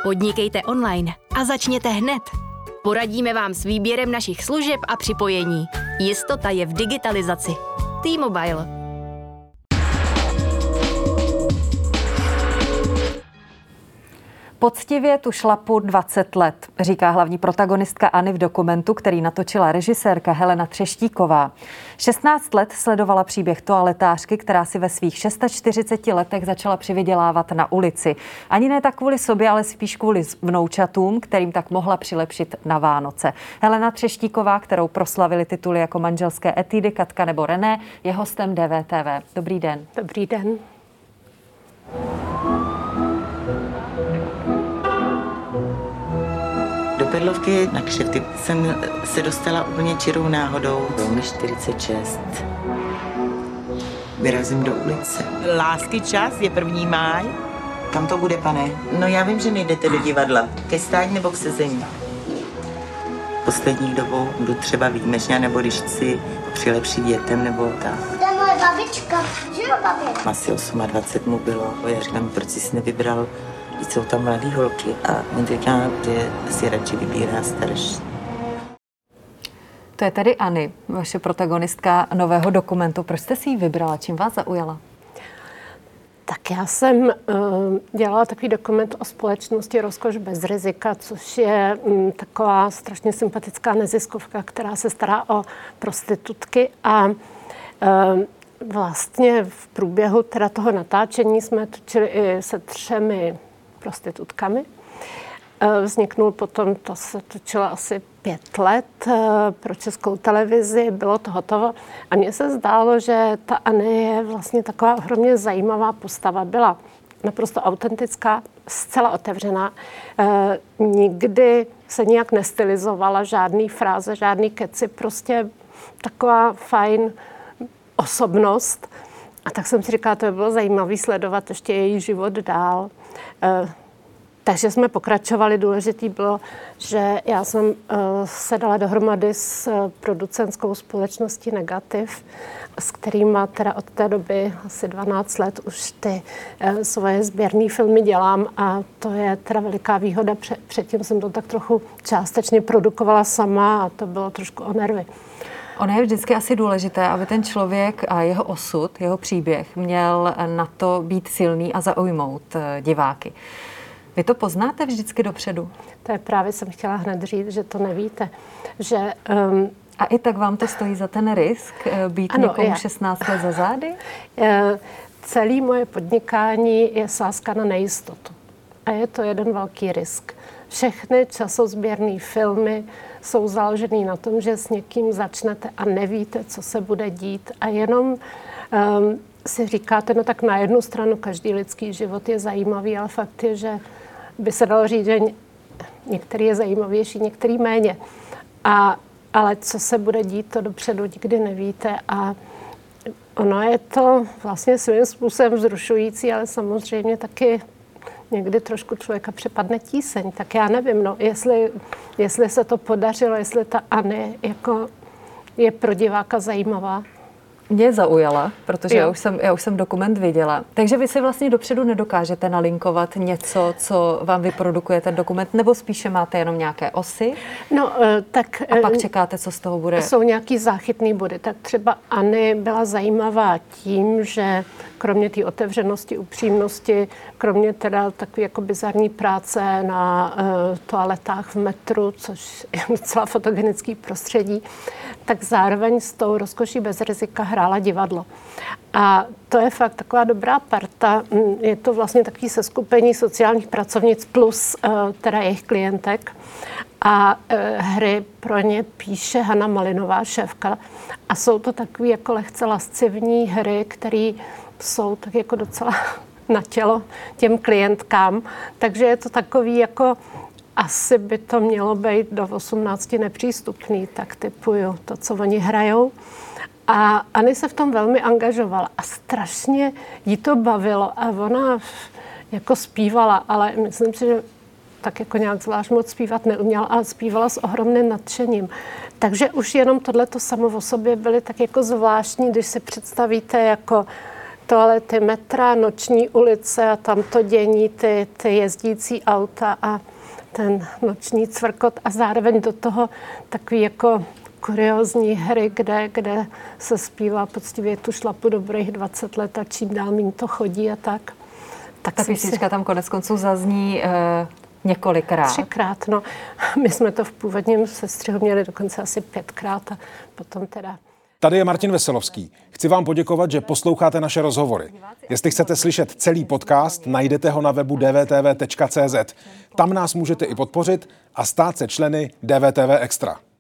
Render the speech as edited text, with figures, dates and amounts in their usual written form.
Podnikejte online a začněte hned. Poradíme vám s výběrem našich služeb a připojení. Jistota je v digitalizaci. T-Mobile. Poctivě tu šlapu 20 let, říká hlavní protagonistka Anny v dokumentu, který natočila režisérka Helena Třeštíková. 16 let sledovala příběh toaletářky, která si ve svých 46 letech začala přivydělávat na ulici. Ani ne tak kvůli sobě, ale spíš kvůli vnoučatům, kterým tak mohla přilepšit na Vánoce. Helena Třeštíková, kterou proslavili tituly jako Manželské etudy, Katka nebo René, je hostem DVTV. Dobrý den. Dobrý den. Do Perlovky na kšefty jsem se dostala úplně čirou náhodou. Bylo mi 46. Vyrazím do ulice. Lásky čas je 1. máj. Kam to bude, pane? No já vím, že nejdete do divadla. Ke stání nebo k sezení? Poslední dobou budu třeba výjimečně, nebo když chci přilepšit dětem nebo tak. To je moje babička. Že jo, babi? Asi 28 mu bylo. Já říkám, proč jsi nevybral? Jsou tam mladý holky a on říká, že si radši vybírá starší. To je tedy Anny, vaše protagonistka nového dokumentu. Proč jste si ji vybrala? Čím vás zaujala? Tak já jsem dělala takový dokument o společnosti Rozkoš bez rizika, což je taková strašně sympatická neziskovka, která se stará o prostitutky a vlastně v průběhu teda toho natáčení jsme točili i se 3 prostitutkami. Vzniknul potom, to se točilo asi 5 let pro Českou televizi, bylo to hotovo. A mně se zdálo, že ta Anny je vlastně taková ohromně zajímavá postava. Byla naprosto autentická, zcela otevřená. Nikdy se nijak nestylizovala, žádný fráze, žádný keci, prostě taková fajn osobnost. A tak jsem si říkala, to by bylo zajímavé sledovat ještě její život dál. Takže jsme pokračovali. Důležitý bylo, že já jsem se dala dohromady s producentskou společností Negativ, s kterýma teda od té doby asi 12 let už ty svoje sběrné filmy dělám a to je teda veliká výhoda. Předtím jsem to tak trochu částečně produkovala sama a to bylo trošku o nervy. Ono je vždycky asi důležité, aby ten člověk a jeho osud, jeho příběh měl na to být silný a zaujmout diváky. Vy to poznáte vždycky dopředu? To je právě, jsem chtěla hned říct, že to nevíte. Že, a i tak vám to stojí za ten risk být někomu 16 let za zády? Celé moje podnikání je sázka na nejistotu. A je to jeden velký risk. Všechny časozběrné filmy jsou založené na tom, že s někým začnete a nevíte, co se bude dít. A jenom si říkáte, no tak na jednu stranu každý lidský život je zajímavý, ale fakt je, že by se dalo říct, že některý je zajímavější, některý méně. Ale co se bude dít, to dopředu nikdy nevíte. A ono je to vlastně svým způsobem vzrušující, ale samozřejmě taky někdy trošku člověka přepadne tíseň. Tak já nevím, no, jestli se to podařilo, jestli ta Anny jako je pro diváka zajímavá. Mě zaujala, protože já už jsem dokument viděla. Takže vy si vlastně dopředu nedokážete nalinkovat něco, co vám vyprodukuje ten dokument, nebo spíše máte jenom nějaké osy? No, tak... A pak čekáte, co z toho bude? Jsou nějaký záchytný body. Tak třeba Anny byla zajímavá tím, že kromě té otevřenosti, upřímnosti, kromě teda takové jako bizarní práce na toaletách v metru, což je docela fotogenický prostředí, tak zároveň s tou Rozkoší bez rizika hrála divadlo. A to je fakt taková dobrá parta. Je to vlastně takový seskupení sociálních pracovnic plus teda jejich klientek. A hry pro ně píše Hana Malinová, šéfka. A jsou to takové jako lehce lascivní hry, které jsou tak jako docela na tělo těm klientkám. Takže je to takový jako asi by to mělo být do 18 nepřístupný, tak typuju to, co oni hrajou. A Anny se v tom velmi angažovala a strašně jí to bavilo a ona jako zpívala, ale myslím si, že tak jako nějak zvlášť moc zpívat neuměla, ale zpívala s ohromným nadšením. Takže už jenom tohleto samo o sobě byly tak jako zvláštní, když si představíte jako toalety metra, noční ulice a tam to dění, ty jezdící auta a ten noční cvrkot a zároveň do toho takový jako kuriózní hry, kde se zpívá poctivě tu šlapu dobrých 20 let a čím dál méně to chodí a tak. Ta písnička tam konec konců zazní několikrát. 3krát, no. My jsme to v původním sestřihu měli dokonce asi 5krát a potom teda... Tady je Martin Veselovský. Chci vám poděkovat, že posloucháte naše rozhovory. Jestli chcete slyšet celý podcast, najdete ho na webu dvtv.cz. Tam nás můžete i podpořit a stát se členy DVTV Extra.